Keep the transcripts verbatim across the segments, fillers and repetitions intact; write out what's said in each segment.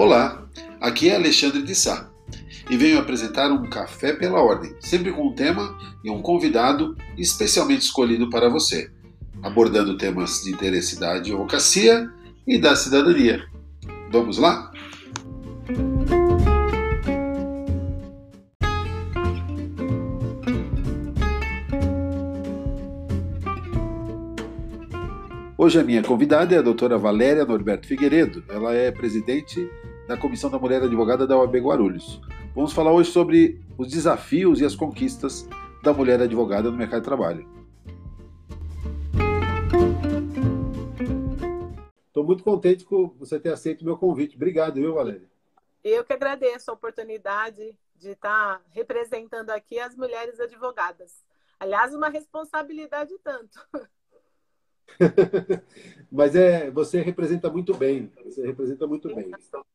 Olá, aqui é Alexandre de Sá e venho apresentar um Café pela Ordem, sempre com um tema e um convidado especialmente escolhido para você, abordando temas de interesse da advocacia e da cidadania. Vamos lá? Hoje a minha convidada é a doutora Valéria Norberto Figueiredo. Ela é presidente da Comissão da Mulher Advogada da O A B Guarulhos. Vamos falar hoje sobre os desafios e as conquistas da mulher advogada no mercado de trabalho. Estou muito contente com você ter aceito o meu convite. Obrigado, viu, Valéria? Eu que agradeço a oportunidade de estar representando aqui as mulheres advogadas. Aliás, uma responsabilidade tanto. Mas é, você representa muito bem. Você representa muito bem.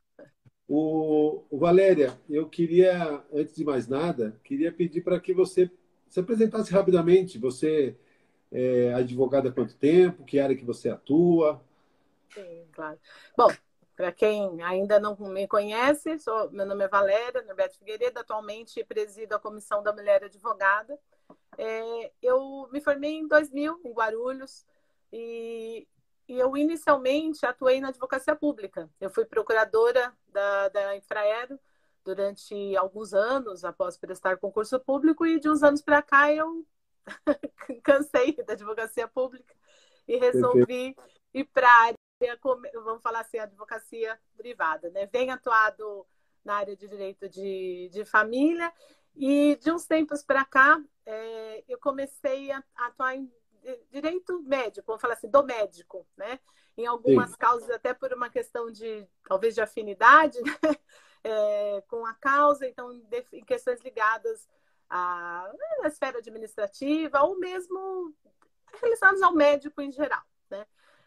O, o Valéria, eu queria, antes de mais nada, queria pedir para que você se apresentasse rapidamente. Você é advogada há quanto tempo? Que área que você atua? Sim, claro. Bom, para quem ainda não me conhece, sou, meu nome é Valéria Norberto Figueiredo, atualmente presido a Comissão da Mulher Advogada. É, eu me formei em dois mil, em Guarulhos, e, e eu inicialmente atuei na advocacia pública. Eu fui procuradora da, da Infraero durante alguns anos, após prestar concurso público, e de uns anos para cá eu cansei da advocacia pública e resolvi Perfeito. ir para a área, vamos falar assim, advocacia privada, né? Venho atuado na área de direito de, de família e de uns tempos para cá é, eu comecei a atuar em direito médico, vamos falar assim, do médico, né? Em algumas Sim. causas, até por uma questão de, talvez, de afinidade, né? é, com a causa, então, em questões ligadas à, à esfera administrativa ou mesmo relacionadas ao médico em geral, né?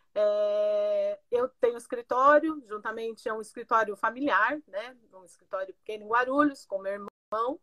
É, eu tenho escritório, juntamente é um escritório familiar, né? Um escritório pequeno em Guarulhos, com meu irmão.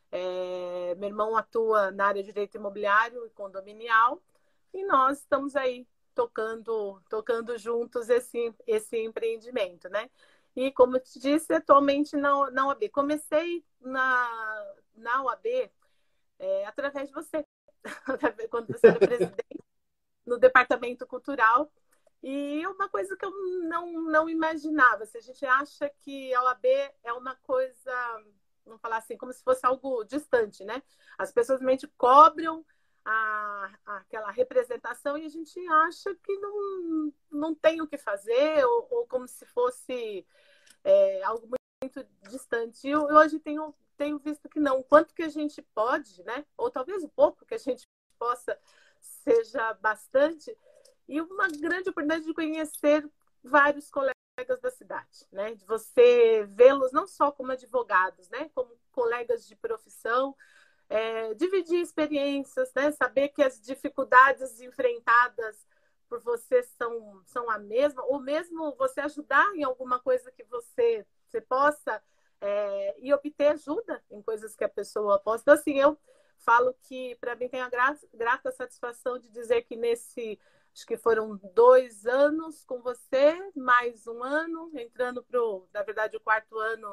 É, meu irmão atua na área de direito imobiliário e condominial, e nós estamos aí tocando, tocando juntos esse, esse empreendimento, né? E como eu te disse, atualmente na, na O A B. Comecei na, na O A B é, através de você, quando você era presidente no departamento cultural. E uma coisa que eu não, não imaginava, se a gente acha que a O A B é uma coisa, vamos falar assim, como se fosse algo distante, né? As pessoas realmente cobram a, a, aquela representação e a gente acha que não, não tem o que fazer, ou, ou como se fosse é, algo muito distante. E eu, eu hoje tenho, tenho visto que não. O quanto que a gente pode, né? Ou talvez o pouco que a gente possa seja bastante. E uma grande oportunidade de conhecer vários colegas da cidade, né? De você vê-los não só como advogados, né? Como colegas de profissão, é, dividir experiências, né? Saber que as dificuldades enfrentadas por você são, são a mesma, ou mesmo você ajudar em alguma coisa que você, você possa é, e obter ajuda em coisas que a pessoa possa. Então, assim, eu falo que, para mim, tenho a grata, grata satisfação de dizer que nesse, acho que foram dois anos com você, mais um ano, entrando para, na verdade, o quarto ano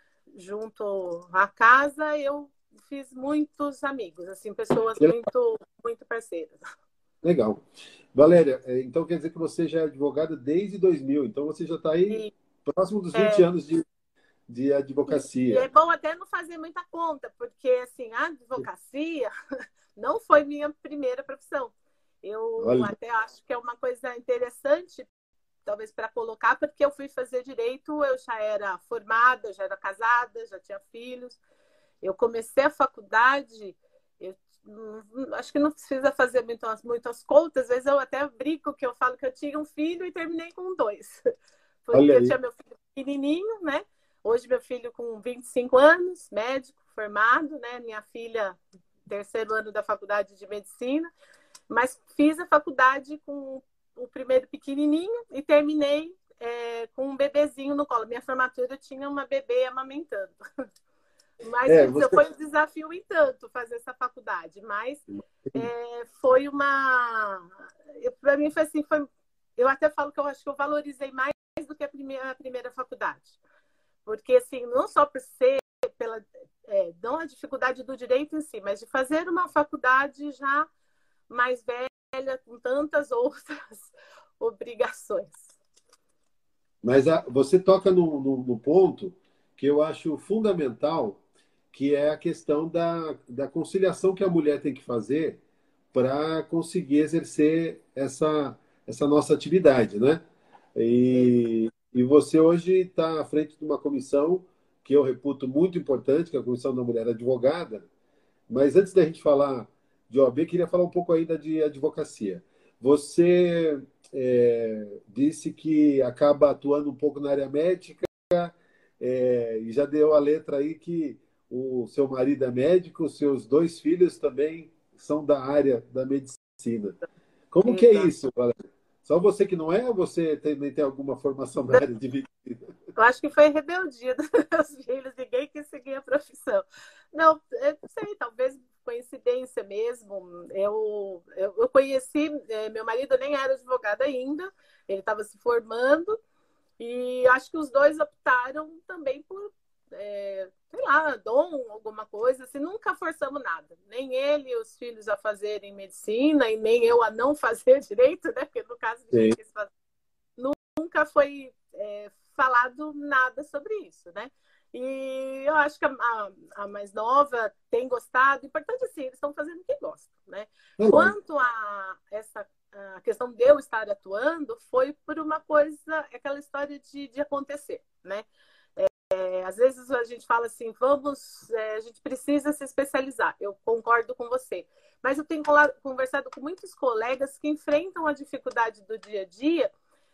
junto à casa, eu fiz muitos amigos, assim, pessoas muito, muito parceiras. Legal. Valéria, então quer dizer que você já é advogada desde dois mil, então você já está aí e, próximo dos vinte é, anos de, de advocacia. E, e é bom até não fazer muita conta, porque assim, a advocacia não foi minha primeira profissão. Eu Olha. até acho que é uma coisa interessante, talvez para colocar, porque eu fui fazer direito, eu já era formada, já era casada, já tinha filhos. Eu comecei a faculdade, eu acho que não precisa fazer muitas, muitas contas, às vezes eu até brinco que eu falo que eu tinha um filho e terminei com dois. Porque eu tinha meu filho pequenininho, né? Hoje meu filho com vinte e cinco anos, médico, formado, né? Minha filha, terceiro ano da faculdade de medicina. Mas fiz a faculdade com o primeiro pequenininho e terminei é, com um bebezinho no colo. Minha formatura tinha uma bebê amamentando. Mas é, você... foi um desafio em tanto fazer essa faculdade. Mas é, foi uma... Para mim foi assim, foi... eu até falo que eu acho que eu valorizei mais do que a primeira, a primeira faculdade. Porque, assim, não só por ser, pela, é, não a dificuldade do direito em si, mas de fazer uma faculdade já mais velha, com tantas outras obrigações. Mas a, você toca no, no, no ponto que eu acho fundamental, que é a questão da, da conciliação que a mulher tem que fazer para conseguir exercer essa, essa nossa atividade, né? E, e você hoje está à frente de uma comissão que eu reputo muito importante, que é a Comissão da Mulher Advogada. Mas antes da gente falar de O A B, queria falar um pouco ainda de advocacia. Você é, disse que acaba atuando um pouco na área médica, é, e já deu a letra aí que o seu marido é médico, seus dois filhos também são da área da medicina. Como que é Exato. isso, Valéria? Só você que não é, ou você também tem alguma formação na área de medicina? Eu acho que foi rebeldia dos meus filhos, ninguém quis seguir a profissão. Não, eu não sei, talvez coincidência mesmo. Eu, eu, eu conheci, é, meu marido nem era advogado ainda, ele estava se formando, e acho que os dois optaram também por, é, sei lá, dom, alguma coisa, assim, nunca forçamos nada. Nem ele e os filhos a fazerem medicina, e nem eu a não fazer direito, né? Porque no caso de Sim. quem quis fazer, nunca foi é, falado nada sobre isso, né? E eu acho que a, a, a mais nova tem gostado. Importante assim, eles estão fazendo o que gostam, né? É lógico. Quanto a essa a questão de eu estar atuando, foi por uma coisa, aquela história de, de acontecer, né? É, às vezes a gente fala assim, vamos, é, a gente precisa se especializar. Eu concordo com você. Mas eu tenho conversado com muitos colegas que enfrentam a dificuldade do dia a dia,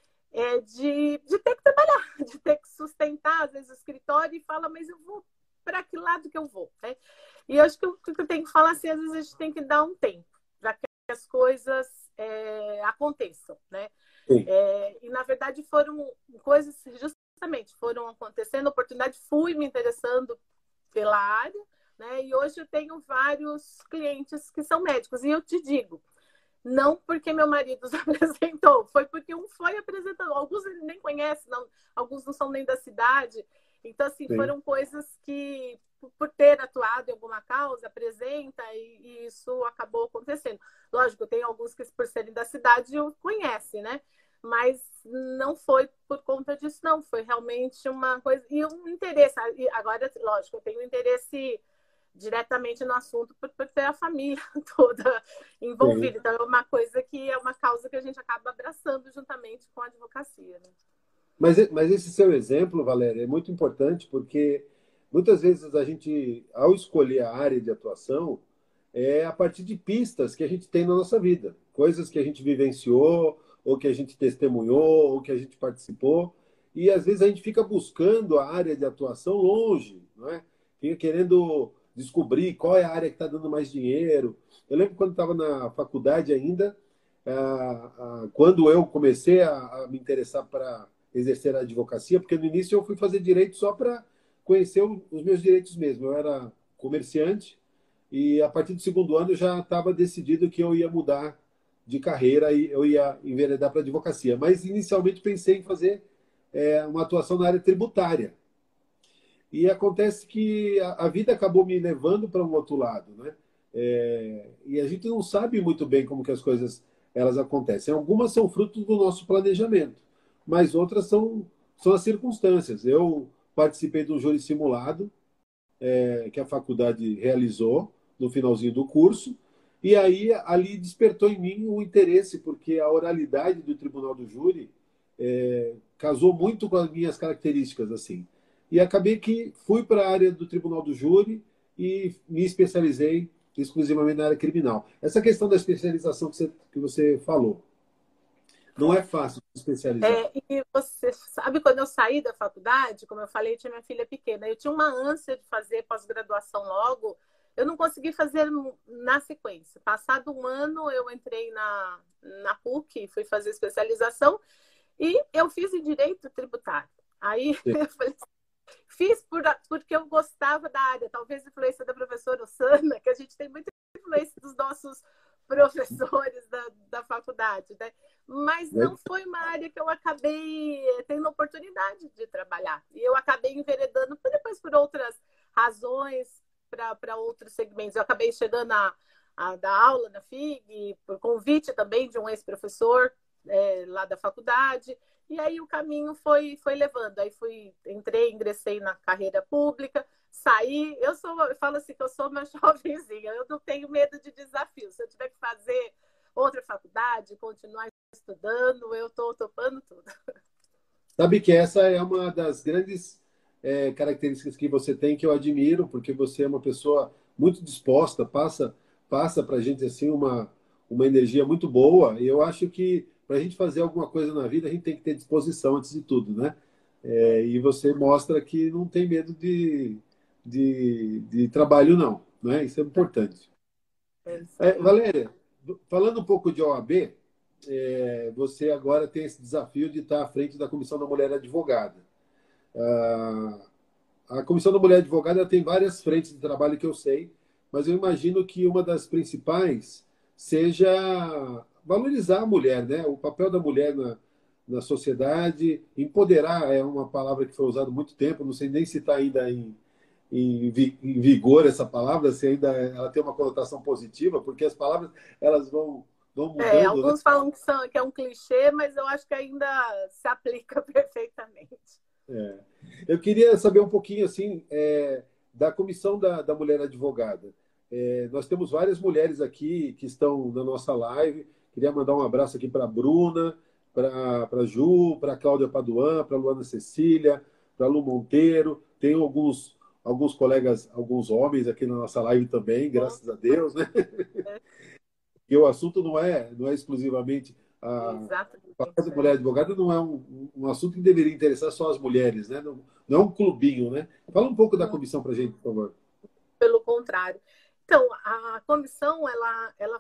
é, de, de ter que trabalhar, de ter que sustentar, às vezes, o escritório, e fala, mas eu vou para que lado que eu vou? Né? E eu acho que o que eu tenho que falar, assim, às vezes a gente tem que dar um tempo para que as coisas é, aconteçam. Né? É, e, na verdade, foram coisas, justamente, foram acontecendo, oportunidade, fui me interessando pela área, né? E hoje eu tenho vários clientes que são médicos, e eu te digo, não porque meu marido os apresentou, foi porque um foi apresentando. Alguns ele nem conhece, não, alguns não são nem da cidade. Então, assim, Sim. foram coisas que, por ter atuado em alguma causa, apresenta, e, e isso acabou acontecendo. Lógico, tem alguns que, por serem da cidade, o conhecem, né? Mas não foi por conta disso, não. Foi realmente uma coisa. E um interesse. Agora, lógico, eu tenho um interesse diretamente no assunto por, por ter a família toda envolvida. Sim. Então, é uma coisa que é uma causa que a gente acaba abraçando juntamente com a advocacia. Né? Mas, mas esse seu exemplo, Valéria, é muito importante porque muitas vezes a gente, ao escolher a área de atuação, é a partir de pistas que a gente tem na nossa vida, coisas que a gente vivenciou, ou que a gente testemunhou, ou que a gente participou, e às vezes a gente fica buscando a área de atuação longe, não é? Fica querendo descobrir qual é a área que está dando mais dinheiro. Eu lembro quando estava na faculdade ainda, ah, ah, quando eu comecei a, a me interessar para exercer a advocacia, porque no início eu fui fazer direito só para conhecer os meus direitos mesmo. Eu era comerciante e a partir do segundo ano eu já estava decidido que eu ia mudar de carreira e eu ia enveredar para a advocacia. Mas inicialmente pensei em fazer é, uma atuação na área tributária. E acontece que a, a vida acabou me levando para um outro lado, né? É, e a gente não sabe muito bem como que as coisas elas acontecem. Algumas são frutos do nosso planejamento, mas outras são, são as circunstâncias. Eu participei de um júri simulado é, que a faculdade realizou no finalzinho do curso, e aí ali despertou em mim o interesse, porque a oralidade do tribunal do júri é, casou muito com as minhas características, assim. E acabei que fui para a área do tribunal do júri e me especializei exclusivamente na área criminal. Essa questão da especialização que você, que você falou, não é fácil se especializar. É, e você sabe, quando eu saí da faculdade, como eu falei, eu tinha minha filha pequena, eu tinha uma ânsia de fazer pós-graduação logo, eu não consegui fazer na sequência. Passado um ano, eu entrei na, na PUC, fui fazer especialização, e eu fiz em Direito Tributário. Aí eu falei, fiz por, porque eu gostava da área, talvez influência da professora Osana, que a gente tem muita influência dos nossos professores da, da faculdade. verdade, né? Mas né? não foi uma área que eu acabei tendo oportunidade de trabalhar. E eu acabei enveredando depois por outras razões para outros segmentos. Eu acabei chegando a, a dar aula na F I G, por convite também de um ex-professor é, lá da faculdade. E aí o caminho foi, foi levando. Aí fui, entrei, ingressei na carreira pública, saí. Eu sou, eu falo assim que eu sou uma jovenzinha, eu não tenho medo de desafios. Se eu tiver que fazer outra faculdade, continuar estudando, eu estou topando tudo. Sabe que essa é uma das grandes é, características que você tem que eu admiro, porque você é uma pessoa muito disposta, passa passa para a gente assim uma uma energia muito boa. E eu acho que para a gente fazer alguma coisa na vida a gente tem que ter disposição antes de tudo, né? É, É, e você mostra que não tem medo de, de, de trabalho, não, né? Isso é importante. é isso É, aí. Valéria, falando um pouco de O A B, é, você agora tem esse desafio de estar à frente da Comissão da Mulher Advogada. Ah, a Comissão da Mulher Advogada tem várias frentes de trabalho que eu sei, mas eu imagino que uma das principais seja valorizar a mulher, né? O papel da mulher na, na sociedade, empoderar é uma palavra que foi usada há muito tempo, não sei nem se está ainda em, em, em, vigor essa palavra, se ainda ela tem uma conotação positiva, porque as palavras elas vão, vão É, mudando, né? alguns falam que, são, que é um clichê, mas eu acho que ainda se aplica perfeitamente. É. Eu queria saber um pouquinho assim é, da comissão da, da mulher advogada. É, nós temos várias mulheres aqui que estão na nossa live. Queria mandar um abraço aqui para a Bruna, para a Ju, para a Cláudia Paduan, para a Luana Cecília, para a Lu Monteiro. Tem alguns, alguns colegas, alguns homens aqui na nossa live também, Bom, graças a Deus, né? é, E o assunto não é, não é exclusivamente a, exatamente. papel da mulher É. advogada não é um, um assunto que deveria interessar só as mulheres, né? Não, não é um clubinho, né? Fala um pouco da Hum, comissão para a gente, por favor. Pelo contrário. Então, a comissão, ela, ela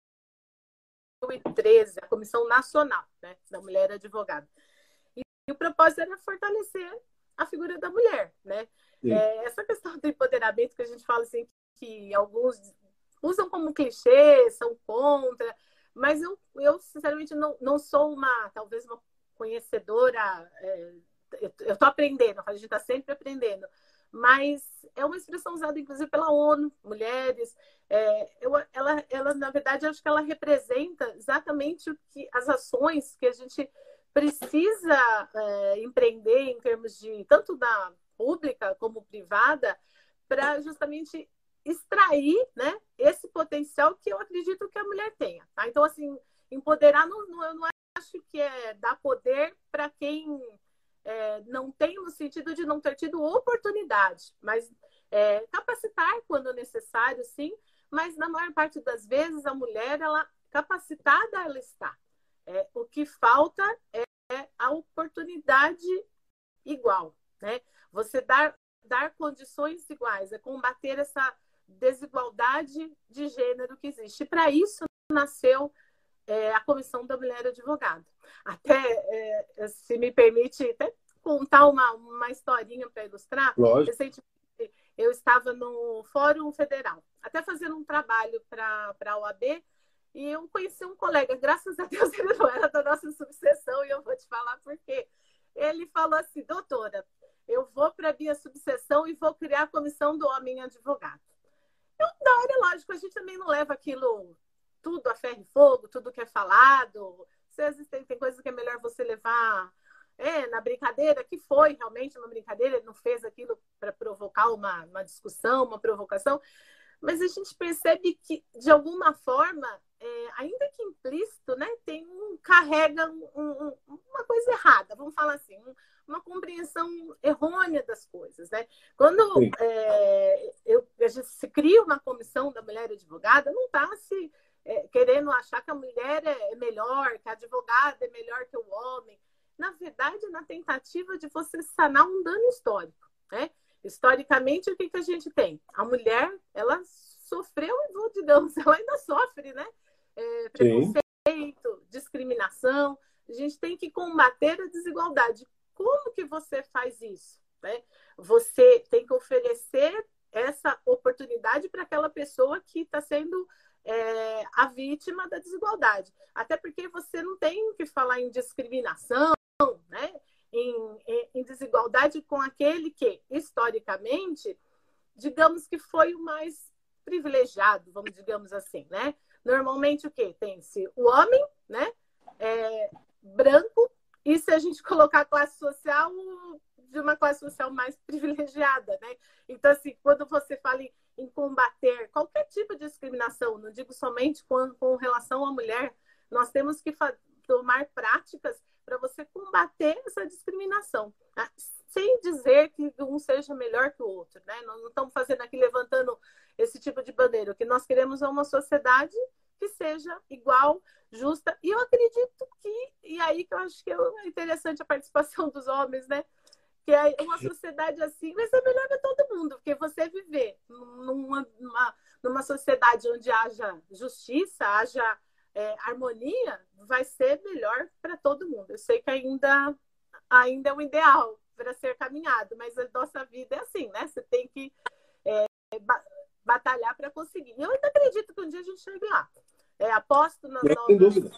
foi em dois mil e treze, a Comissão Nacional, né, da Mulher Advogada. E, e o propósito era fortalecer a figura da mulher, né? Sim. É, essa questão do empoderamento que a gente fala assim, que alguns usam como clichê, são contra, mas eu, eu sinceramente, não, não sou uma, talvez uma conhecedora, é, eu estou aprendendo, a gente está sempre aprendendo, mas é uma expressão usada, inclusive, pela ONU, mulheres, é, eu, ela, ela, na verdade, acho que ela representa exatamente o que, as ações que a gente precisa é, empreender em termos de, tanto da pública como privada, para justamente extrair, né, esse potencial que eu acredito que a mulher tenha. Tá? Então, assim, empoderar, não, não, eu não acho que é dar poder para quem é, não tem, no sentido de não ter tido oportunidade, mas é, capacitar quando necessário, sim, mas na maior parte das vezes a mulher, ela capacitada ela está. É, o que falta é a oportunidade igual, né? Você dar, dar condições iguais, é combater essa desigualdade de gênero que existe. Para isso nasceu é, a Comissão da Mulher Advogada. Até, é, se me permite, até contar uma, uma historinha para ilustrar. Lógico. Recentemente, eu estava no Fórum Federal, até fazendo um trabalho para a O A B, e eu conheci um colega, graças a Deus ele não era da nossa subseção, e eu vou te falar por quê. Ele falou assim, doutora, eu vou para a minha subseção e vou criar a comissão do homem advogado. Eu, da hora, lógico, a gente também não leva aquilo tudo a ferro e fogo, tudo que é falado. Se existem, tem coisas que é melhor você levar é, na brincadeira, que foi realmente uma brincadeira, ele não fez aquilo para provocar uma, uma discussão, uma provocação, mas a gente percebe que, de alguma forma, é, ainda que implícito, né, tem um, carrega um, um, uma coisa errada, vamos falar assim, um, uma compreensão errônea das coisas, né? Quando é, eu, a gente se cria uma comissão da mulher advogada, não está se é, querendo achar que a mulher é melhor, que a advogada é melhor que o homem. Na verdade, na tentativa de você sanar um dano histórico, né? Historicamente, o que, que a gente tem? A mulher, ela sofreu, digamos, ela ainda sofre, né? É, preconceito, discriminação. A gente tem que combater a desigualdade. Como que você faz isso? Né? Você tem que oferecer essa oportunidade para aquela pessoa que está sendo é, a vítima da desigualdade. Até porque você não tem que falar em discriminação, né? em, em, em desigualdade com aquele que, historicamente, digamos que foi o mais privilegiado, vamos digamos assim, né? Normalmente o quê? Tem-se o homem, né? É, branco, e se a gente colocar a classe social, de uma classe social mais privilegiada, né? Então, assim, quando você fala em, em combater qualquer tipo de discriminação, não digo somente com, com relação à mulher, nós temos que tomar práticas para você combater essa discriminação, né? Sem dizer que um seja melhor que o outro, né? Nós não estamos fazendo aqui, levantando esse tipo de bandeira. O que nós queremos é uma sociedade que seja igual, justa. E eu acredito que, e aí que eu acho que é interessante a participação dos homens, né? Que é uma sociedade assim vai ser melhor para todo mundo, porque você viver numa, numa, numa sociedade onde haja justiça, haja é, harmonia, vai ser melhor para todo mundo. Eu sei que ainda, ainda é um ideal para ser caminhado, mas a nossa vida é assim, né? Você tem que é, batalhar para conseguir. E eu ainda acredito que um dia a gente chegue lá. É, aposto nas novas,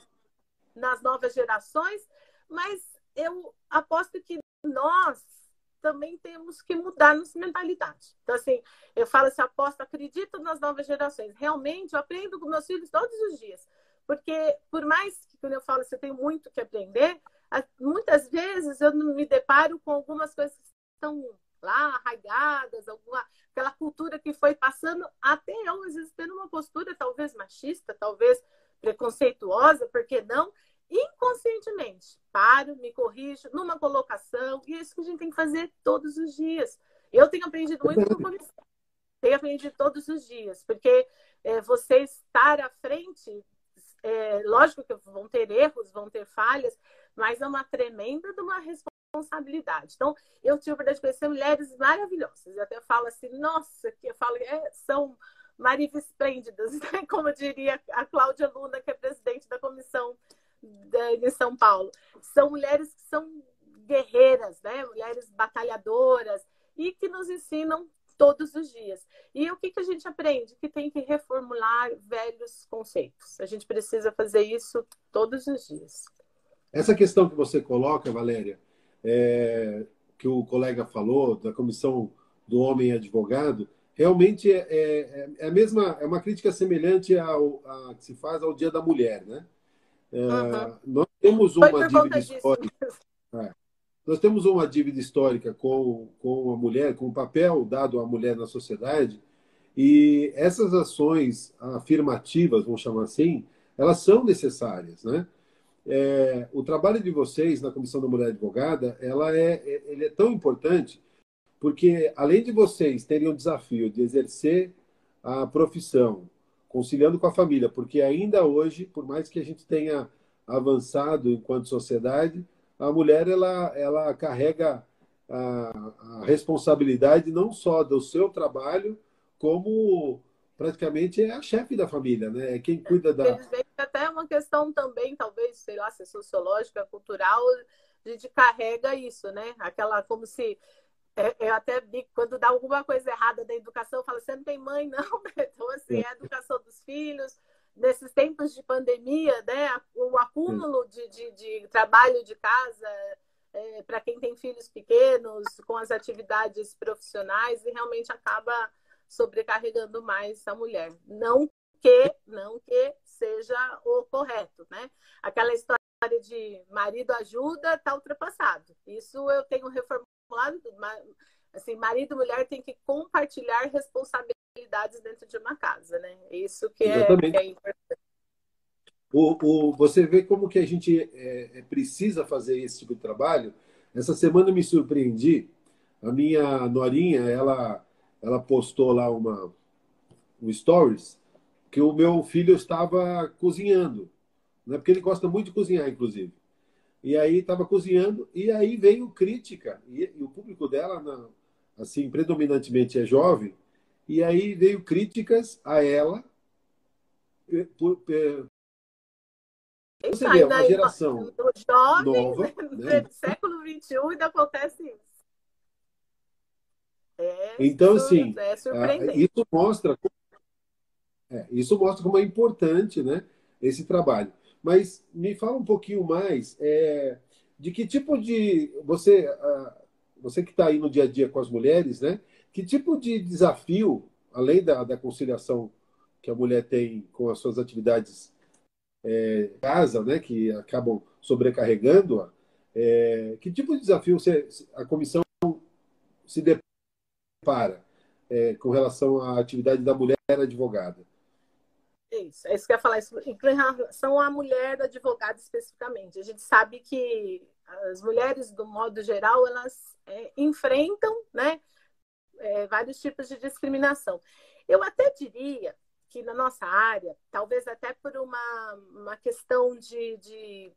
nas novas gerações, mas eu aposto que nós também temos que mudar nossa mentalidade. Então, assim, eu falo assim, aposto, acredito nas novas gerações. Realmente, eu aprendo com meus filhos todos os dias. Porque, por mais que, quando eu falo assim, eu tenho muito que aprender, muitas vezes eu não me deparo com algumas coisas que estão lá arraigadas, alguma, aquela cultura que foi passando, até eu, às vezes, tendo uma postura talvez machista, talvez preconceituosa, por que não? Inconscientemente, paro, me corrijo, numa colocação, e é isso que a gente tem que fazer todos os dias. Eu tenho aprendido muito com comissão, tenho aprendido todos os dias, porque é, você estar à frente, é, lógico que vão ter erros, vão ter falhas, mas é uma tremenda de uma responsabilidade. Então, eu tive a oportunidade de conhecer mulheres maravilhosas. Eu até falo assim, nossa, que eu falo, é, são maridas esplêndidas, né? Como diria a Cláudia Luna, que é presidente da comissão de São Paulo. São mulheres que são guerreiras, né? Mulheres batalhadoras e que nos ensinam todos os dias. E o que, que a gente aprende? Que tem que reformular velhos conceitos. A gente precisa fazer isso todos os dias. Essa questão que você coloca, Valéria, é, que o colega falou, da comissão do homem advogado, realmente é, é, é a mesma, é uma crítica semelhante ao a, que se faz ao Dia da Mulher, né? Uhum. Nós temos uma dívida histórica. É, nós temos uma dívida histórica com, com a mulher, com o papel dado à mulher na sociedade, e essas ações afirmativas, vamos chamar assim, elas são necessárias, né? É, o trabalho de vocês na Comissão da Mulher Advogada, ela é, ele é tão importante porque, além de vocês terem o desafio de exercer a profissão, conciliando com a família, porque ainda hoje, por mais que a gente tenha avançado enquanto sociedade, a mulher ela, ela carrega a, a responsabilidade não só do seu trabalho, como praticamente é a chefe da família, né? É quem cuida da... Infelizmente, até uma questão também, talvez, sei lá, se é sociológica, cultural, a gente carrega isso, né? Aquela, como se... Eu até vi, quando dá alguma coisa errada da educação, eu falo, você não tem mãe, não, né? Então, assim, é a educação dos filhos, nesses tempos de pandemia, né? O acúmulo de, de, de trabalho de casa, é, para quem tem filhos pequenos, com as atividades profissionais, e realmente acaba sobrecarregando mais a mulher. Não que, não que seja o correto, né? Aquela história de marido ajuda está ultrapassado. Isso eu tenho reformulado. Assim, marido e mulher tem que compartilhar responsabilidades dentro de uma casa, né? Isso que é, que é importante. O, o, você vê como que a gente é, precisa fazer esse tipo de trabalho. Essa semana eu me surpreendi. A minha norinha, ela, ela postou lá uma, um stories que o meu filho estava cozinhando, né? Porque ele gosta muito de cozinhar, inclusive. E aí estava cozinhando, e aí veio crítica, e, e o público dela, na, assim, predominantemente é jovem, e aí veio críticas a ela. Por, por, você vê, é uma geração jovem, nova, né? No século vinte e um ainda acontece isso. É, então, isso assim, é surpreendente. isso mostra, É, isso mostra como é importante, né, esse trabalho. Mas me fala um pouquinho mais é, de que tipo de você, ah, você que está aí no dia a dia com as mulheres, né? Que tipo de desafio, além da, da conciliação que a mulher tem com as suas atividades em casa, né, que acabam sobrecarregando-a, é, que tipo de desafio você, a comissão se depara é, com relação à atividade da mulher advogada? Isso, é isso que eu ia falar. Isso, em relação à mulher advogada especificamente. A gente sabe que as mulheres, do modo geral, elas é, enfrentam, né, é, vários tipos de discriminação. Eu até diria que na nossa área, talvez até por uma, uma questão de, de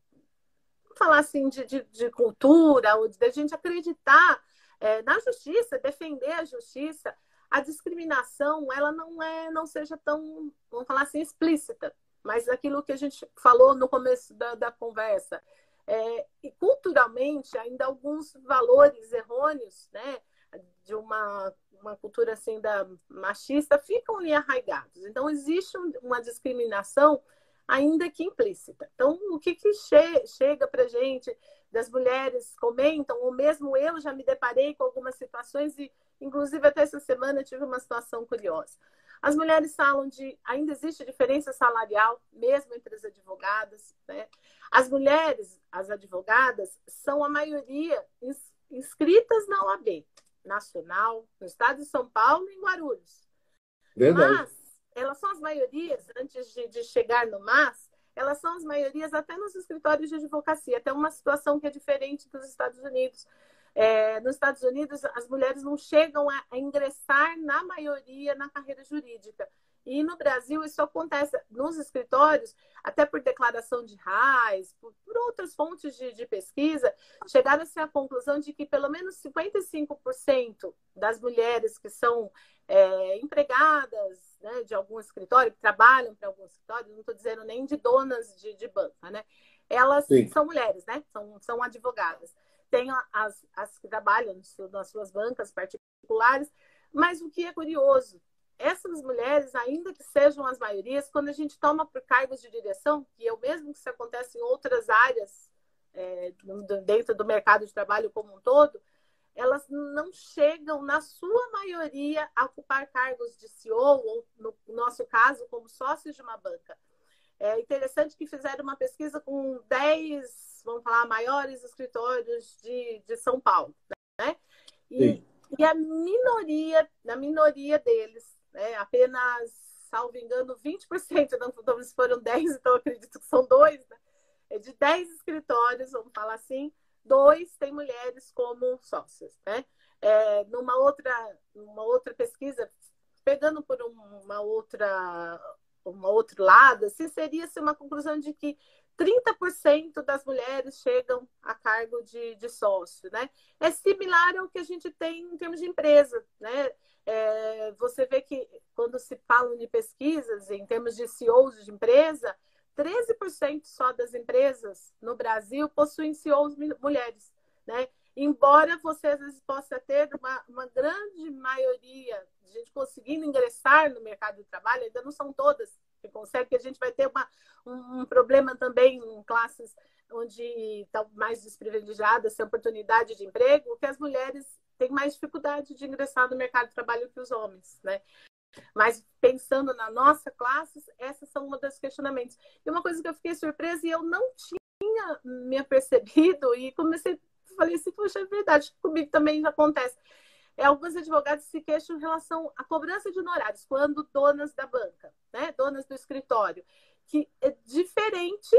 falar assim, de, de, de cultura, ou de, de a gente acreditar é, na justiça, defender a justiça, a discriminação ela não é, não seja tão, vamos falar assim, explícita, mas aquilo que a gente falou no começo da, da conversa. É, e culturalmente, ainda alguns valores errôneos, né, de uma, uma cultura assim da machista ficam ali arraigados. Então, existe uma discriminação ainda que implícita. Então, o que, que che chega para a gente, das mulheres comentam, ou mesmo eu já me deparei com algumas situações, e inclusive até essa semana eu tive uma situação curiosa. As mulheres falam de ainda existe diferença salarial, mesmo entre as advogadas, né? As mulheres, as advogadas, são a maioria inscritas na O A B nacional, no estado de São Paulo e em Guarulhos. Verdade. Mas elas são as maiorias, antes de, de chegar no M A S, elas são as maiorias até nos escritórios de advocacia, até uma situação que é diferente dos Estados Unidos. É, nos Estados Unidos, as mulheres não chegam a, a ingressar, na maioria, na carreira jurídica. E no Brasil isso acontece nos escritórios, até por declaração de RAIs, por, por outras fontes de, de pesquisa, chegaram-se à conclusão de que pelo menos cinquenta e cinco por cento das mulheres que são é, empregadas, né, de algum escritório, que trabalham para algum escritório, não estou dizendo nem de donas de, de banca, né? Elas Sim. são mulheres, né? São, são advogadas. Tem as, as que trabalham nas suas bancas particulares, mas o que é curioso, essas mulheres, ainda que sejam as maiorias, quando a gente toma por cargos de direção, que é o mesmo que isso acontece em outras áreas é, dentro do mercado de trabalho como um todo, elas não chegam, na sua maioria, a ocupar cargos de C E O, ou no nosso caso, como sócios de uma banca. É interessante que fizeram uma pesquisa com dez, vamos falar, maiores escritórios de, de São Paulo, né? E, e a minoria, na minoria deles, né, apenas, salvo engano, vinte por cento, não, não foram dez, então eu acredito que são dois, né? De dez escritórios, vamos falar assim, dois têm mulheres como sócias, né? É, numa outra, numa outra pesquisa, pegando por uma outra, um outro lado, assim, seria-se uma conclusão de que trinta por cento das mulheres chegam a cargo de, de sócio, né? É similar ao que a gente tem em termos de empresa, né? É, você vê que quando se falam de pesquisas em termos de C E Os de empresa, treze por cento só das empresas no Brasil possuem C E Os mulheres, né? Embora você às vezes possa ter uma, uma grande maioria de gente conseguindo ingressar no mercado de trabalho, ainda não são todas que conseguem, que a gente vai ter uma, um, um problema também em classes onde estão mais desprivilegiadas, sem oportunidade de emprego, que as mulheres têm mais dificuldade de ingressar no mercado de trabalho que os homens, né? Mas pensando na nossa classe, essas são uma dos questionamentos. E uma coisa que eu fiquei surpresa e eu não tinha me apercebido, e comecei, falei assim, poxa, é verdade, comigo também acontece. É, alguns advogados se queixam em relação à cobrança de honorários, quando donas da banca, né, donas do escritório, que é diferente,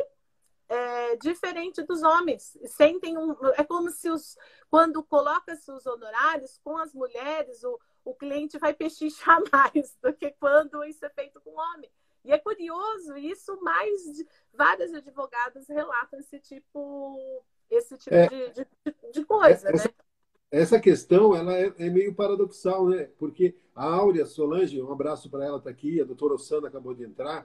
é, diferente dos homens. Sentem um, é como se os, quando coloca-se os honorários com as mulheres, o o cliente vai pechinchar mais do que quando isso é feito com homem. E é curioso, isso mais de, várias advogadas relatam esse tipo, esse tipo É, de, de, de coisa, essa, né? essa questão ela é, é meio paradoxal, né? Porque a Áurea Solange, um abraço para ela, está aqui, a doutora Ossana acabou de entrar,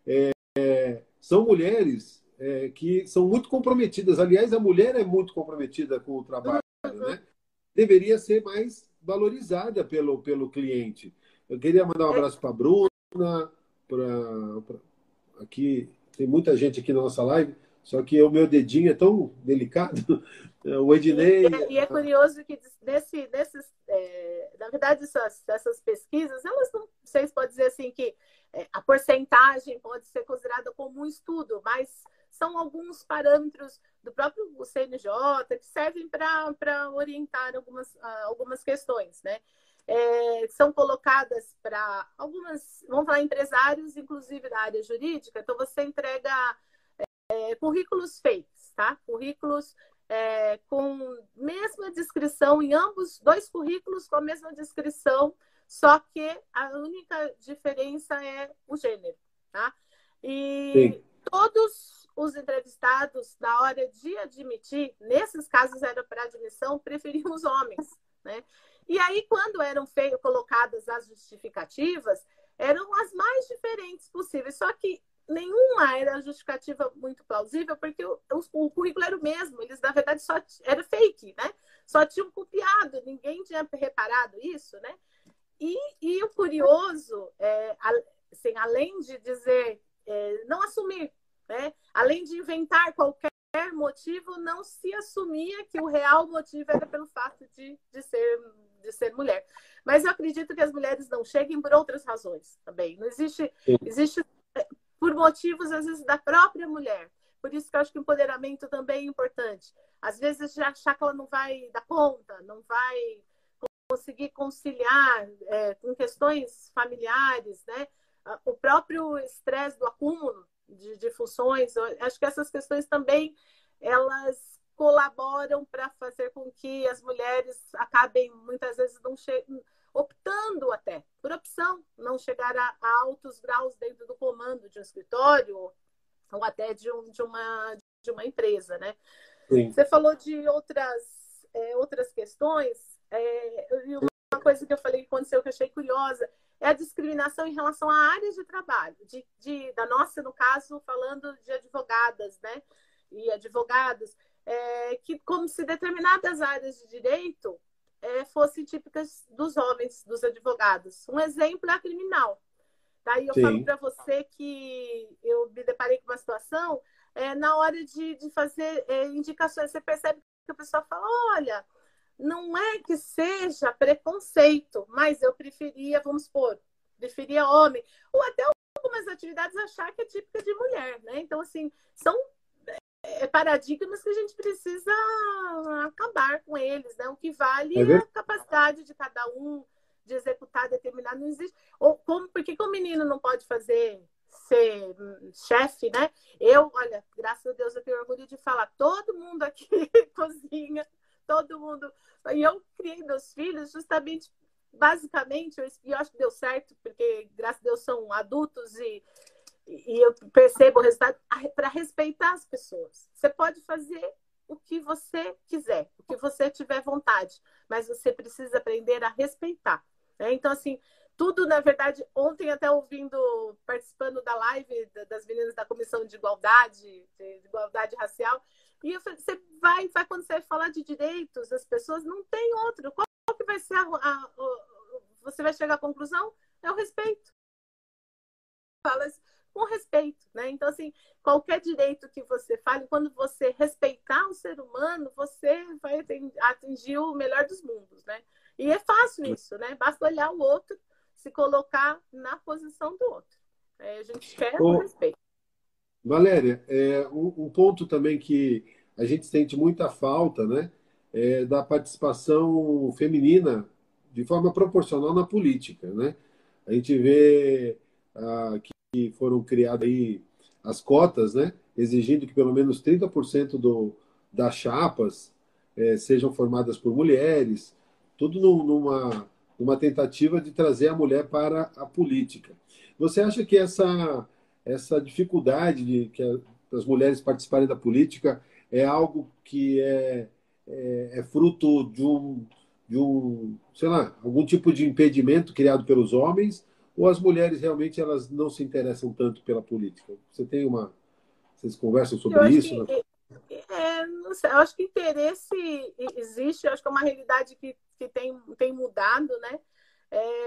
é, são mulheres é, que são muito comprometidas. Aliás, a mulher é muito comprometida com o trabalho, Uhum. né? Deveria ser mais valorizada pelo, pelo cliente. Eu queria mandar um abraço para a Bruna, aqui, tem muita gente aqui na nossa live, só que o meu dedinho é tão delicado. O Ednei... E, e é curioso que nesse, nesses, é, na verdade, essas, essas pesquisas, elas não, vocês podem dizer assim que é, a porcentagem pode ser considerada como um estudo, mas são alguns parâmetros do próprio C N J que servem para orientar algumas, algumas questões, né? É, são colocadas para algumas, vamos falar, empresários, inclusive da área jurídica. Então, você entrega é, currículos fakes, tá? Currículos é, com mesma descrição em ambos, dois currículos com a mesma descrição, só que a única diferença é o gênero, tá? E Sim. todos os entrevistados, na hora de admitir, nesses casos era para admissão, preferiam os homens, né? E aí, quando eram feio, colocadas as justificativas, eram as mais diferentes possíveis. Só que nenhuma era justificativa muito plausível, porque o, o currículo era o mesmo. Eles, na verdade, só era fake, né? Só tinham copiado, ninguém tinha reparado isso, né? E, e o curioso, é, assim, além de dizer, é, não assumir, né? Além de inventar qualquer motivo, não se assumia que o real motivo era pelo fato de, de ser de ser mulher. Mas eu acredito que as mulheres não cheguem por outras razões também. Não existe, existe por motivos, às vezes, da própria mulher. Por isso que eu acho que o empoderamento também é importante. Às vezes, já achar que ela não vai dar conta, não vai conseguir conciliar é, com questões familiares, né? O próprio estresse do acúmulo de, de funções. Eu acho que essas questões também, elas colaboram para fazer com que as mulheres acabem, muitas vezes, não optando até, por opção, não chegar a, a altos graus dentro do comando de um escritório ou até de, um, de, uma, de uma empresa, né? Sim. Você falou de outras, é, outras questões, é, e uma coisa que eu falei que aconteceu que eu achei curiosa é a discriminação em relação à área de trabalho, de, de, da nossa, no caso, falando de advogadas, né? E advogados, É, que como se determinadas áreas de direito é, fossem típicas dos homens, dos advogados. Um exemplo é a criminal. Tá? E eu Sim. falo para você que eu me deparei com uma situação é, na hora de, de fazer é, indicações. Você percebe que a pessoa fala, olha, não é que seja preconceito, mas eu preferia, vamos supor, preferia homem. Ou até algumas atividades achar que é típica de mulher. Né? Então, assim, são paradigmas que a gente precisa acabar com eles, né? O que vale é a capacidade de cada um de executar determinado, não existe. Ou como, por que, que o menino não pode fazer ser chefe, né? Eu, olha, graças a Deus eu tenho orgulho de falar, todo mundo aqui cozinha, todo mundo. E eu criei meus filhos justamente, basicamente, e eu acho que deu certo, porque graças a Deus são adultos e E eu percebo o resultado para respeitar as pessoas. Você pode fazer o que você quiser, o que você tiver vontade, mas você precisa aprender a respeitar. Né? Então, assim, tudo, na verdade, ontem até ouvindo, participando da live das meninas da Comissão de Igualdade, de Igualdade Racial, e eu falei, você vai, vai, quando você vai falar de direitos das pessoas, não tem outro. Qual que vai ser a, a, a você vai chegar à conclusão? É o respeito. Fala assim, com respeito, né? Então, assim, qualquer direito que você fale, quando você respeitar o ser humano, você vai atingir o melhor dos mundos, né? E é fácil isso, né? Basta olhar o outro, se colocar na posição do outro. É, a gente quer o respeito. Valéria, é, um, um ponto também que a gente sente muita falta, né? É da participação feminina de forma proporcional na política, né? A gente vê ah, que foram criadas aí as cotas, né? Exigindo que pelo menos trinta por cento do, das chapas eh, sejam formadas por mulheres, tudo num- numa, numa tentativa de trazer a mulher para a política. Você acha que essa, essa dificuldade de que a- as mulheres participarem da política é algo que é, é, é fruto de um, de um, sei lá, algum tipo de impedimento criado pelos homens? Ou as mulheres realmente elas não se interessam tanto pela política? Você tem uma. Vocês conversam Eu sobre acho isso? que, é, não sei, eu acho que interesse existe, eu acho que é uma realidade que, que tem, tem mudado, né? É,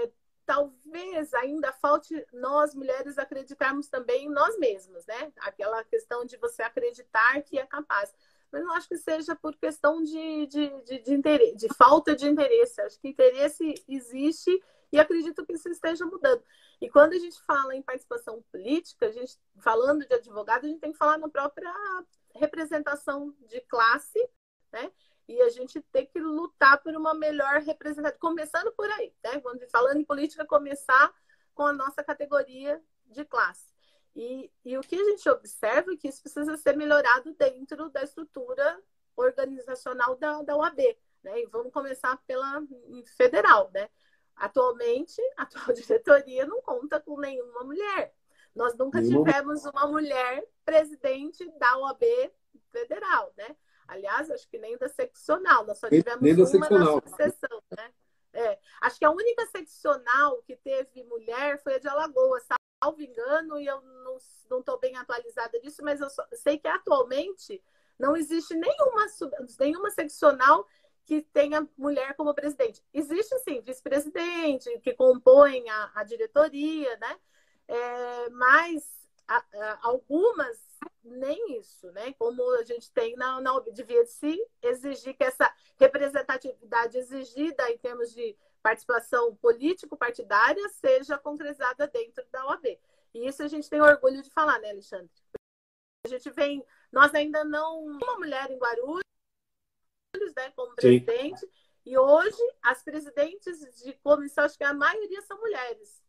talvez ainda falte nós, mulheres, acreditarmos também em nós mesmas, né? Aquela questão de você acreditar que é capaz. Mas não acho que seja por questão de, de, de, de, interesse, de falta de interesse. Acho que interesse existe e acredito que isso esteja mudando. E quando a gente fala em participação política, a gente, falando de advogado, a gente tem que falar na própria representação de classe, né? E a gente tem que lutar por uma melhor representação, começando por aí, né? Quando falando em política, começar com a nossa categoria de classe. E, e o que a gente observa é que isso precisa ser melhorado dentro da estrutura organizacional da, da O A B, né? E vamos começar pela federal, né? Atualmente, a atual diretoria não conta com nenhuma mulher. Nós nunca Nenhuma... tivemos uma mulher presidente da O A B federal, né? Aliás, acho que nem da seccional, nós só tivemos nem da uma seccional. na subseção, né? É, acho que a única seccional que teve mulher foi a de Alagoas, salvo engano, e eu não estou bem atualizada disso, mas eu só, sei que atualmente não existe nenhuma, nenhuma seccional que tenha mulher como presidente. Existe, sim, vice-presidente, que compõem a, a diretoria, né? É, mas a, a, algumas nem isso, né? Como a gente tem na, na devia se exigir que essa representatividade exigida em termos de participação político-partidária seja concretizada dentro da O A B. E isso a gente tem orgulho de falar, né, Alexandre? A gente vem, nós ainda não uma mulher em Guarulhos, né, como presidente, sim. E hoje as presidentes de comissão, acho que a maioria são mulheres.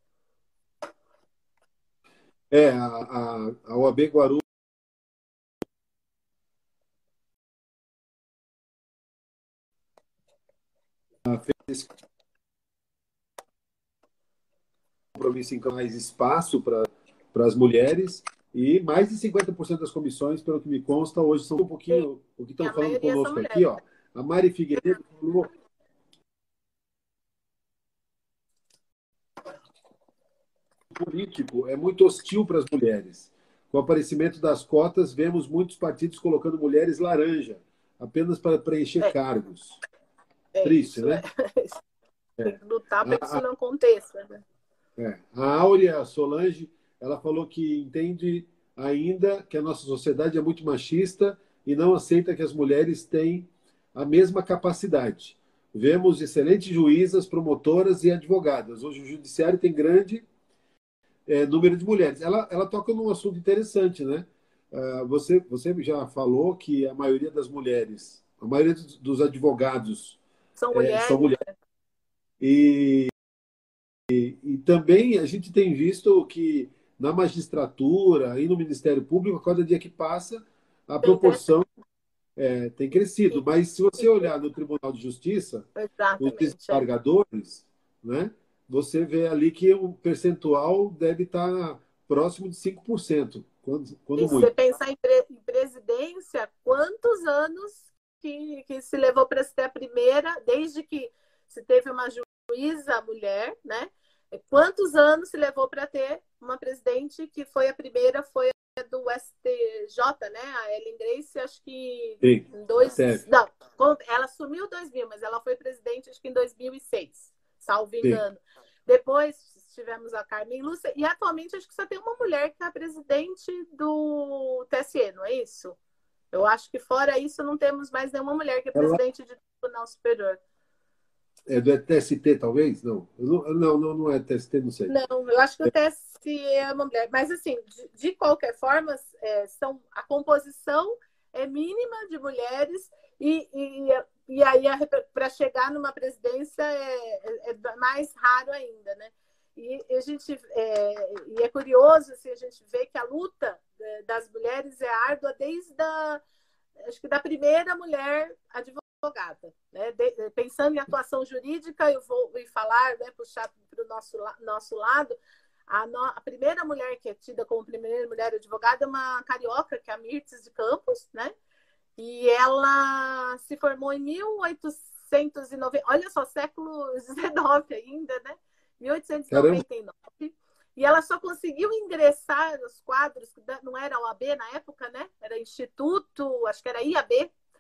É, a, a, a O A B Guarulhos fez compromisso em mais espaço para as mulheres e mais de cinquenta por cento das comissões, pelo que me consta, hoje são um pouquinho, sim. O que estão falando conosco aqui, ó, a Mari Figueiredo falou. O político é muito hostil para as mulheres. Com o aparecimento das cotas, vemos muitos partidos colocando mulheres laranja, apenas para preencher é. cargos. É Triste, isso, né? É. Tem que lutar para que isso não aconteça. Né? É. A Áurea Solange, ela falou que entende ainda que a nossa sociedade é muito machista e não aceita que as mulheres têm a mesma capacidade. Vemos excelentes juízas, promotoras e advogadas. Hoje o judiciário tem grande é, número de mulheres. Ela, ela toca num assunto interessante, né? Uh, você, você já falou que a maioria das mulheres, a maioria dos, dos advogados são mulheres. É, são mulheres. E, e, e também a gente tem visto que na magistratura e no Ministério Público, a cada dia que passa, a proporção é, tem crescido. Sim. Mas se você olhar no Tribunal de Justiça, exatamente, os desembargadores, né, você vê ali que o percentual deve estar próximo de cinco por cento. Quando, quando e se muito. você pensar em, pre em presidência, quantos anos que, que se levou para ser a primeira, desde que se teve uma juíza mulher, né? Quantos anos se levou para ter uma presidente que foi a primeira, foi a do S T J, né? A Ellen Grace, acho que Sim, em dois... Não, ela assumiu em dois mil, mas ela foi presidente acho que em dois mil e seis, salvo engano. Sim. Depois tivemos a Carmen Lúcia, e atualmente acho que só tem uma mulher que é a presidente do T S E, não é isso? Eu acho que fora isso não temos mais nenhuma mulher que é presidente ela... do Tribunal Superior. É do T S T, talvez? Não, não, não, não é T S T, não sei. Não, eu acho que o T S E é uma mulher. Mas, assim, de, de qualquer forma, é, são, a composição é mínima de mulheres e, e, e aí para chegar numa presidência é, é mais raro ainda, né? E a gente é, e é curioso assim, a gente vê que a luta das mulheres é árdua desde a, acho que da primeira mulher advogada, né? De, pensando em atuação jurídica, eu vou falar, né, puxar para o nosso, nosso lado, a, no, a primeira mulher que é tida como primeira mulher advogada é uma carioca, que é a Mirtes de Campos, né? E ela se formou em mil oitocentos e noventa, olha só, século dezenove ainda, né? mil oitocentos e noventa e nove. Caramba. E ela só conseguiu ingressar nos quadros, que não era O A B na época, né? Era Instituto, acho que era I A B,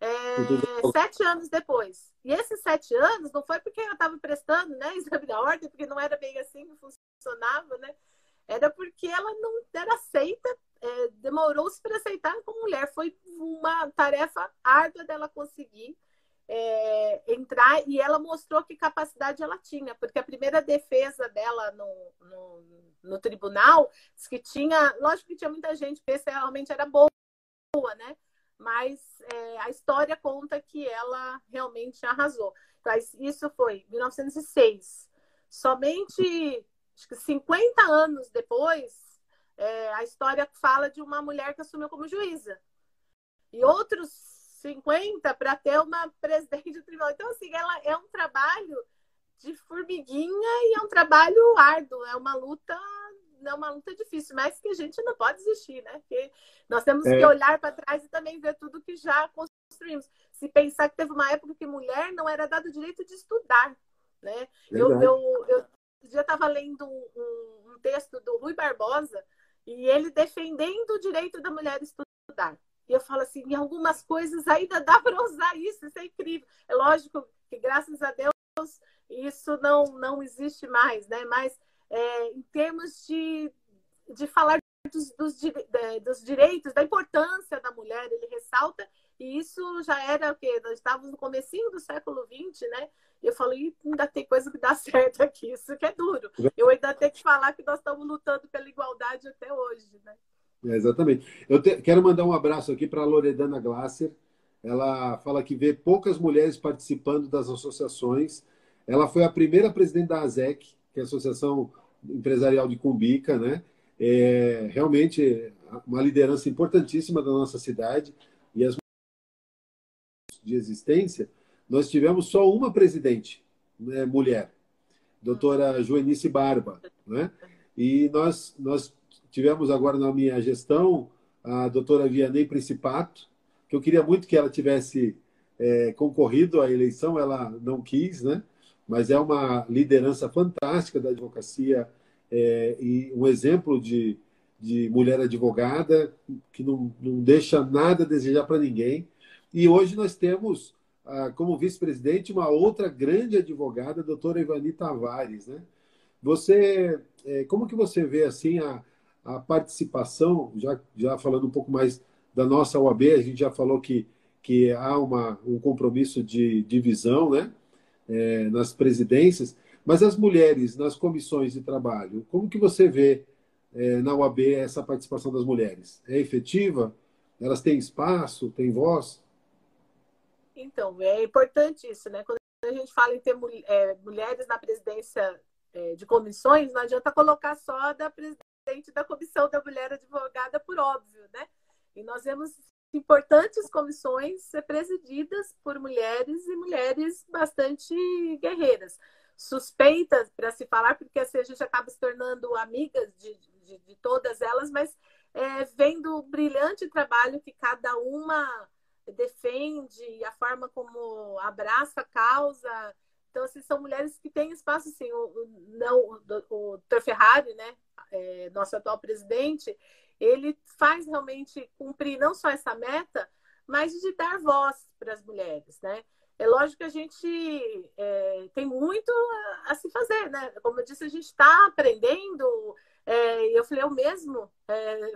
é, sete anos depois. E esses sete anos não foi porque eu estava prestando, né, exame da ordem, porque não era bem assim que funcionava, né? Era porque ela não era aceita, é, demorou-se para aceitar como mulher. Foi uma tarefa árdua dela conseguir é, entrar, e ela mostrou que capacidade ela tinha, porque a primeira defesa dela no, no, no tribunal disse que tinha, lógico que tinha muita gente, porque esse realmente era boa, né? Mas é, a história conta que ela realmente arrasou. Então, isso foi em mil novecentos e seis. Somente acho que cinquenta anos depois, é, a história fala de uma mulher que assumiu como juíza. E outros cinquenta para ter uma presidente do tribunal. Então, assim, ela é um trabalho de formiguinha e é um trabalho árduo, é uma luta, é uma luta difícil, mas que a gente não pode desistir, né? Porque nós temos é. que olhar para trás e também ver tudo que já construímos. Se pensar que teve uma época que mulher não era dado o direito de estudar, né? Eu, eu, eu já estava lendo um, um, um texto do Rui Barbosa e ele defendendo o direito da mulher estudar. E eu falo assim, em algumas coisas ainda dá para usar isso, isso é incrível. É lógico que, graças a Deus, isso não, não existe mais, né? Mas é, em termos de, de falar dos, dos, dos direitos, da importância da mulher, ele ressalta, e isso já era o quê? Nós estávamos no comecinho do século vinte, né? E eu falo, ainda tem coisa que dá certo aqui, isso que é duro. Eu ainda tenho que falar que nós estamos lutando pela igualdade até hoje, né? É, exatamente. Eu te, quero mandar um abraço aqui para a Loredana Glasser. Ela fala que vê poucas mulheres participando das associações. Ela foi a primeira presidente da A S E C, que é a Associação Empresarial de Cumbica, né? É realmente uma liderança importantíssima da nossa cidade. E as de existência, nós tivemos só uma presidente, né, mulher, doutora Joenice Barba, né? E nós, nós tivemos agora na minha gestão a doutora Vianney Principato, que eu queria muito que ela tivesse é, concorrido à eleição, ela não quis, né? Mas é uma liderança fantástica da advocacia é, e um exemplo de, de mulher advogada que não, não deixa nada a desejar para ninguém. E hoje nós temos, ah, como vice-presidente, uma outra grande advogada, a doutora Ivani Tavares, né? Você, é, como que você vê assim a, a participação, já, já falando um pouco mais da nossa O A B, a gente já falou que, que há uma, um compromisso de divisão, né, é, nas presidências, mas as mulheres nas comissões de trabalho, como que você vê é, na O A B essa participação das mulheres? É efetiva? Elas têm espaço, têm voz? Então, é importante isso, né? Quando a gente fala em ter é, mulheres na presidência é, de comissões, não adianta colocar só da presidente da comissão da mulher advogada, por óbvio, né? E nós vemos importantes comissões ser presididas por mulheres e mulheres bastante guerreiras. Suspeitas para se falar, porque assim, a gente acaba se tornando amigas de, de, de todas elas, mas é, vendo o brilhante trabalho que cada uma defende, a forma como abraça a causa. Então, assim, são mulheres que têm espaço, assim, o, o, não, o, o Dr. Ferrari, né, é, nosso atual presidente, ele faz realmente cumprir não só essa meta, mas de dar voz para as mulheres, né? É lógico que a gente é, tem muito a, a se fazer, né? Como eu disse, a gente está aprendendo. É, eu falei, eu mesmo, é,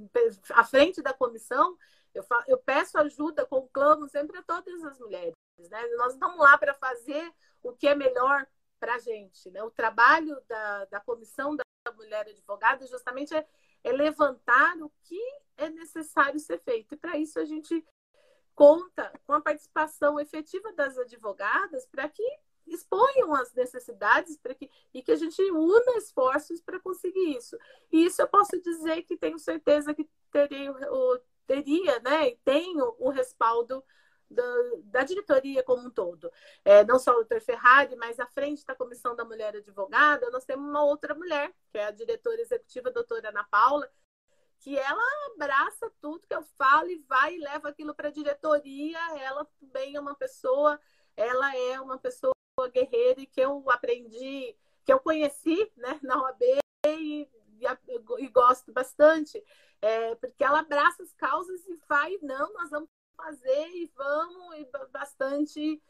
à frente da comissão, eu, fa eu peço ajuda, conclamo sempre a todas as mulheres, né? Nós estamos lá para fazer o que é melhor para a gente, né? O trabalho da, da comissão da mulher advogada justamente é, é levantar o que é necessário ser feito. E para isso a gente conta com a participação efetiva das advogadas para que exponham as necessidades para que, e que a gente una esforços para conseguir isso. E isso eu posso dizer que tenho certeza que terei o, teria, né, e tenho o respaldo da, da diretoria como um todo. É, não só o doutor Ferrari, mas à frente da Comissão da Mulher Advogada, nós temos uma outra mulher, que é a diretora executiva, a doutora Ana Paula, que ela abraça tudo que eu falo e vai e leva aquilo para a diretoria. Ela também é uma pessoa, ela é uma pessoa guerreira e que eu aprendi, que eu conheci, né, na O A B e, e, e gosto bastante, é, porque ela abraça as causas e vai, não, nós vamos fazer e vamos, e bastante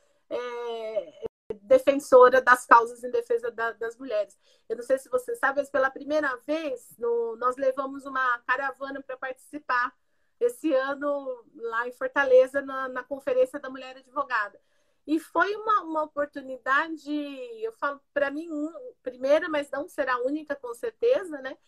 é, defensora das causas em defesa da, das mulheres. Eu não sei se você sabe, mas pela primeira vez no, nós levamos uma caravana para participar esse ano lá em Fortaleza, na, na Conferência da Mulher Advogada. E foi uma, uma oportunidade, eu falo para mim, um, primeira, mas não será a única, com certeza, né?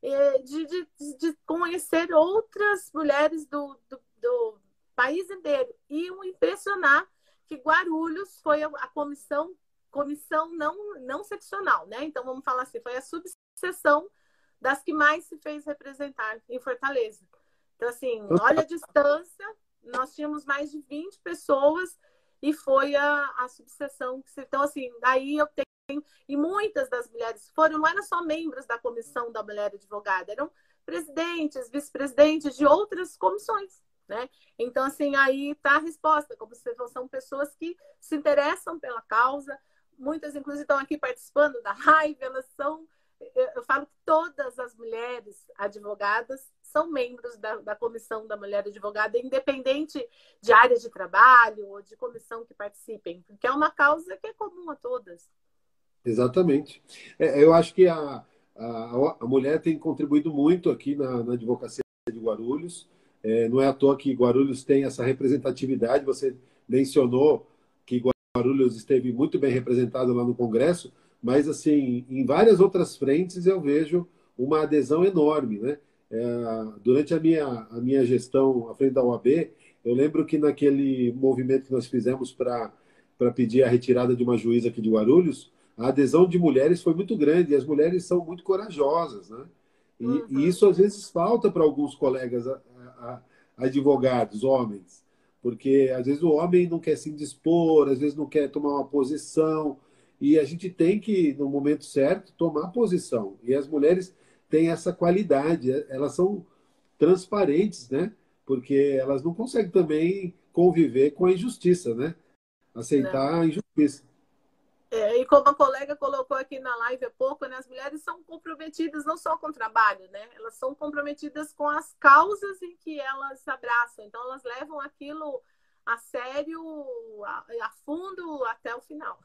De, de, de conhecer outras mulheres do, do, do país inteiro. E um impressionar que Guarulhos foi a, a comissão, comissão não, não seccional, né? Então, vamos falar assim, foi a subseção das que mais se fez representar em Fortaleza. Então, assim, olha a distância, nós tínhamos mais de vinte pessoas e foi a, a subseção. Então, assim, daí eu tenho e muitas das mulheres foram, não eram só membros da comissão da mulher advogada, eram presidentes, vice-presidentes de outras comissões, né? Então, assim, aí está a resposta, como você falou, são pessoas que se interessam pela causa, muitas, inclusive, estão aqui participando da live, elas são, eu falo que todas as mulheres advogadas são membros da, da comissão da mulher advogada, independente de área de trabalho ou de comissão que participem, porque é uma causa que é comum a todas. Exatamente. É, eu acho que a, a, a mulher tem contribuído muito aqui na, na advocacia de Guarulhos. É, não é à toa que Guarulhos tem essa representatividade. Você mencionou que Guarulhos esteve muito bem representado lá no Congresso, mas assim, em várias outras frentes eu vejo uma adesão enorme, né? É, durante a minha, a minha gestão à frente da O A B, eu lembro que naquele movimento que nós fizemos para para pedir a retirada de uma juíza aqui de Guarulhos, a adesão de mulheres foi muito grande, e as mulheres são muito corajosas, né? E, uhum. e isso às vezes falta para alguns colegas a, a, a advogados, homens, porque às vezes o homem não quer se indispor, às vezes não quer tomar uma posição, e a gente tem que, no momento certo, tomar posição. E as mulheres têm essa qualidade, elas são transparentes, né? Porque elas não conseguem também conviver com a injustiça, né? Aceitar não. a injustiça. É, e como a colega colocou aqui na live há pouco, né, as mulheres são comprometidas não só com o trabalho, né? Elas são comprometidas com as causas em que elas abraçam. Então, elas levam aquilo a sério, a, a fundo, até o final.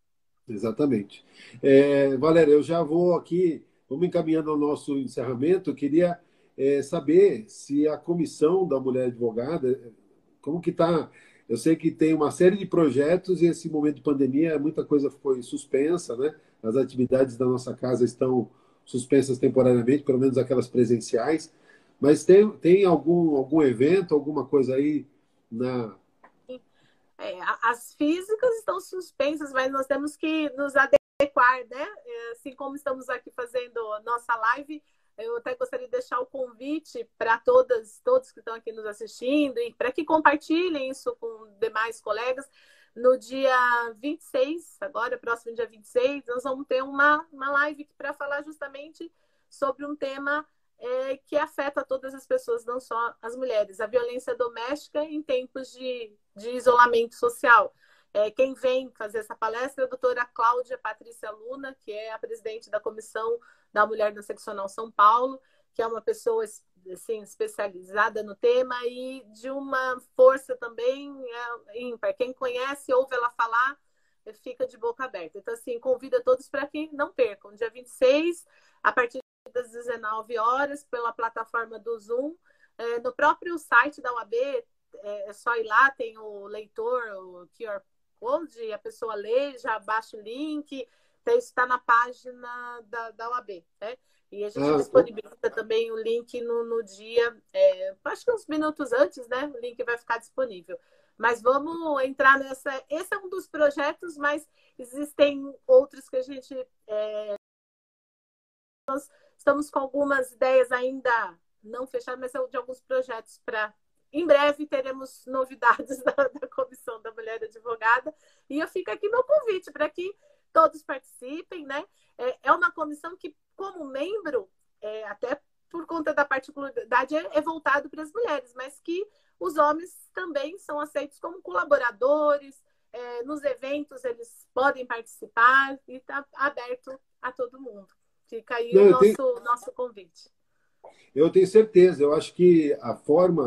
Exatamente. É, Valéria, eu já vou aqui, vamos encaminhando ao nosso encerramento. Eu queria é, saber se a comissão da mulher advogada, como que está... Eu sei que tem uma série de projetos e esse momento de pandemia, muita coisa foi suspensa, né? As atividades da nossa casa estão suspensas temporariamente, pelo menos aquelas presenciais. Mas tem, tem algum, algum evento, alguma coisa aí na... É, as físicas estão suspensas, mas nós temos que nos adequar, né? Assim como estamos aqui fazendo a nossa live, eu até gostaria de deixar o convite para todas, todos que estão aqui nos assistindo e para que compartilhem isso com demais colegas. No dia vinte e seis, agora, próximo dia vinte e seis, nós vamos ter uma, uma live para falar justamente sobre um tema é, que afeta todas as pessoas, não só as mulheres. A violência doméstica em tempos de, de isolamento social. É, quem vem fazer essa palestra é a doutora Cláudia Patrícia Luna, que é a presidente da Comissão da Mulher da Seccional São Paulo, que é uma pessoa assim, especializada no tema e de uma força também é, ímpar. Quem conhece, ouve ela falar, fica de boca aberta. Então, assim, convido a todos para que não percam. Dia vinte e seis, a partir das dezenove horas, pela plataforma do Zoom. É, no próprio site da U A B, é, é só ir lá, tem o leitor, o Q R Code, a pessoa lê, já baixa o link, então isso está na página da, da U A B, né? E a gente ah, disponibiliza tá. também o link no, no dia, é, acho que uns minutos antes, né? O link vai ficar disponível. Mas vamos entrar nessa... Esse é um dos projetos, mas existem outros que a gente... É, nós estamos com algumas ideias ainda não fechadas, mas são de alguns projetos para... Em breve teremos novidades da, da Comissão da Mulher Advogada. E eu fico aqui meu convite para que todos participem, né? É, é uma comissão que, como membro, é, até por conta da particularidade, é, é voltado para as mulheres, mas que os homens também são aceitos como colaboradores. É, nos eventos eles podem participar e está aberto a todo mundo. Fica aí Não, o nosso, tenho... nosso convite. Eu tenho certeza. Eu acho que a forma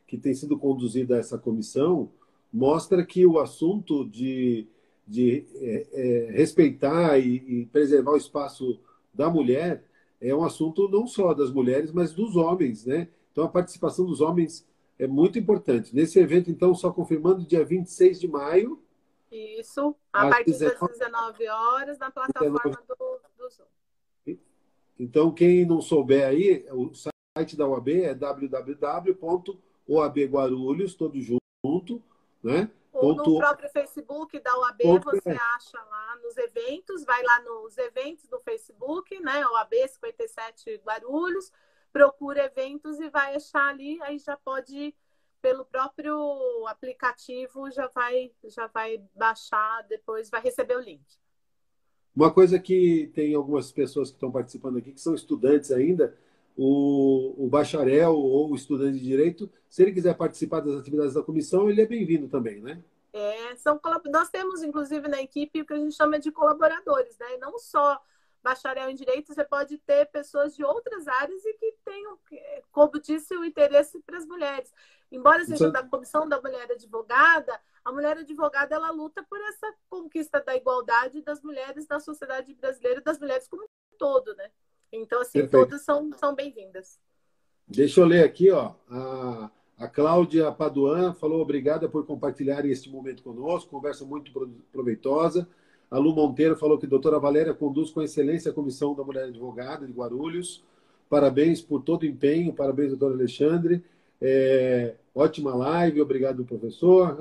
que tem sido conduzida essa comissão mostra que o assunto de, de é, é, respeitar e, e preservar o espaço da mulher é um assunto não só das mulheres, mas dos homens, né? Então, a participação dos homens é muito importante. Nesse evento, então, só confirmando, dia vinte e seis de maio. Isso, a partir das dezenove horas, na plataforma do, do Zoom. Então, quem não souber aí, o site da O A B é w w w ponto o a b guarulhos, todo junto, né? Ou no próprio Facebook da O A B, você acha lá nos eventos, vai lá nos eventos do Facebook, né? O A B cinquenta e sete Guarulhos, procura eventos e vai achar ali, aí já pode, pelo próprio aplicativo, já vai, já vai baixar, depois vai receber o link. Uma coisa que tem algumas pessoas que estão participando aqui, que são estudantes ainda, o, o bacharel ou o estudante de direito, se ele quiser participar das atividades da comissão, ele é bem-vindo também, né? É, são, nós temos, inclusive, na equipe o que a gente chama de colaboradores, né? Não só bacharel em direito, você pode ter pessoas de outras áreas e que tenham, como disse, o interesse para as mulheres. Embora seja Isso... da Comissão da Mulher Advogada, a mulher advogada ela luta por essa conquista da igualdade das mulheres na sociedade brasileira, das mulheres como um todo, né? Então, assim, Perfeito. todas são, são bem-vindas. Deixa eu ler aqui, ó. A, a Cláudia Paduan falou obrigada por compartilharem este momento conosco, conversa muito proveitosa. A Lu Monteiro falou que a doutora Valéria conduz com excelência a Comissão da Mulher Advogada de Guarulhos. Parabéns por todo o empenho, parabéns, doutor Alexandre. É, ótima live, obrigado, professor.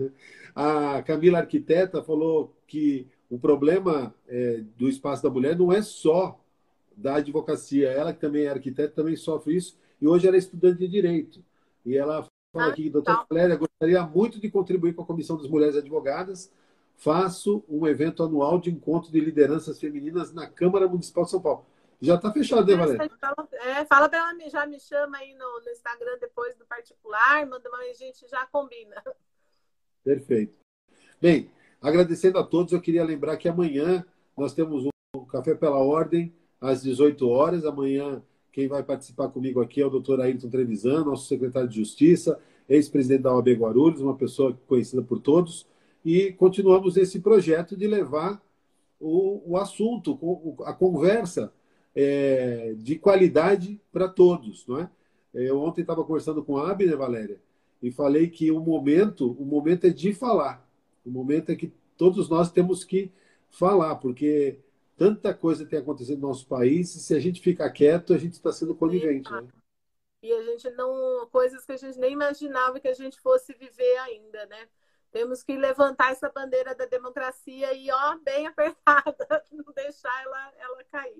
A Camila Arquiteta falou que o problema é, do espaço da mulher não é só da advocacia. Ela, que também é arquiteta, também sofre isso. E hoje ela é estudante de Direito. E ela fala aqui, doutora Valéria, gostaria muito de contribuir com a Comissão das Mulheres Advogadas. Faço um evento anual de encontro de lideranças femininas na Câmara Municipal de São Paulo. Já está fechado, né, Valéria? É, fala para ela, já me chama aí no, no Instagram depois do particular, manda uma, a gente já combina. Perfeito. Bem, agradecendo a todos, eu queria lembrar que amanhã nós temos um Café pela Ordem, às dezoito horas. Amanhã, quem vai participar comigo aqui é o doutor Ayrton Trevisan, nosso secretário de Justiça, ex-presidente da O A B Guarulhos, uma pessoa conhecida por todos. E continuamos esse projeto de levar o, o assunto, a conversa é, de qualidade para todos, não é? Eu ontem estava conversando com a Abner, Valéria, e falei que o momento, o momento é de falar. O momento é que todos nós temos que falar, porque tanta coisa tem acontecido no nosso país, e se a gente ficar quieto, a gente está sendo conivente. Né? E a gente não... Coisas que a gente nem imaginava que a gente fosse viver ainda, né? Temos que levantar essa bandeira da democracia e, ó, bem apertada, não deixar ela, ela cair.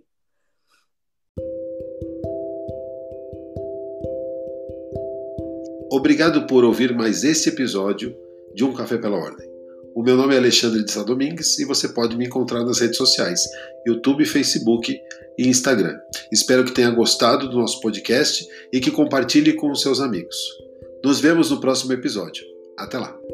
Obrigado por ouvir mais esse episódio de Um Café pela Ordem. O meu nome é Alexandre de Sá Domingues e você pode me encontrar nas redes sociais, YouTube, Facebook e Instagram. Espero que tenha gostado do nosso podcast e que compartilhe com os seus amigos. Nos vemos no próximo episódio. Até lá!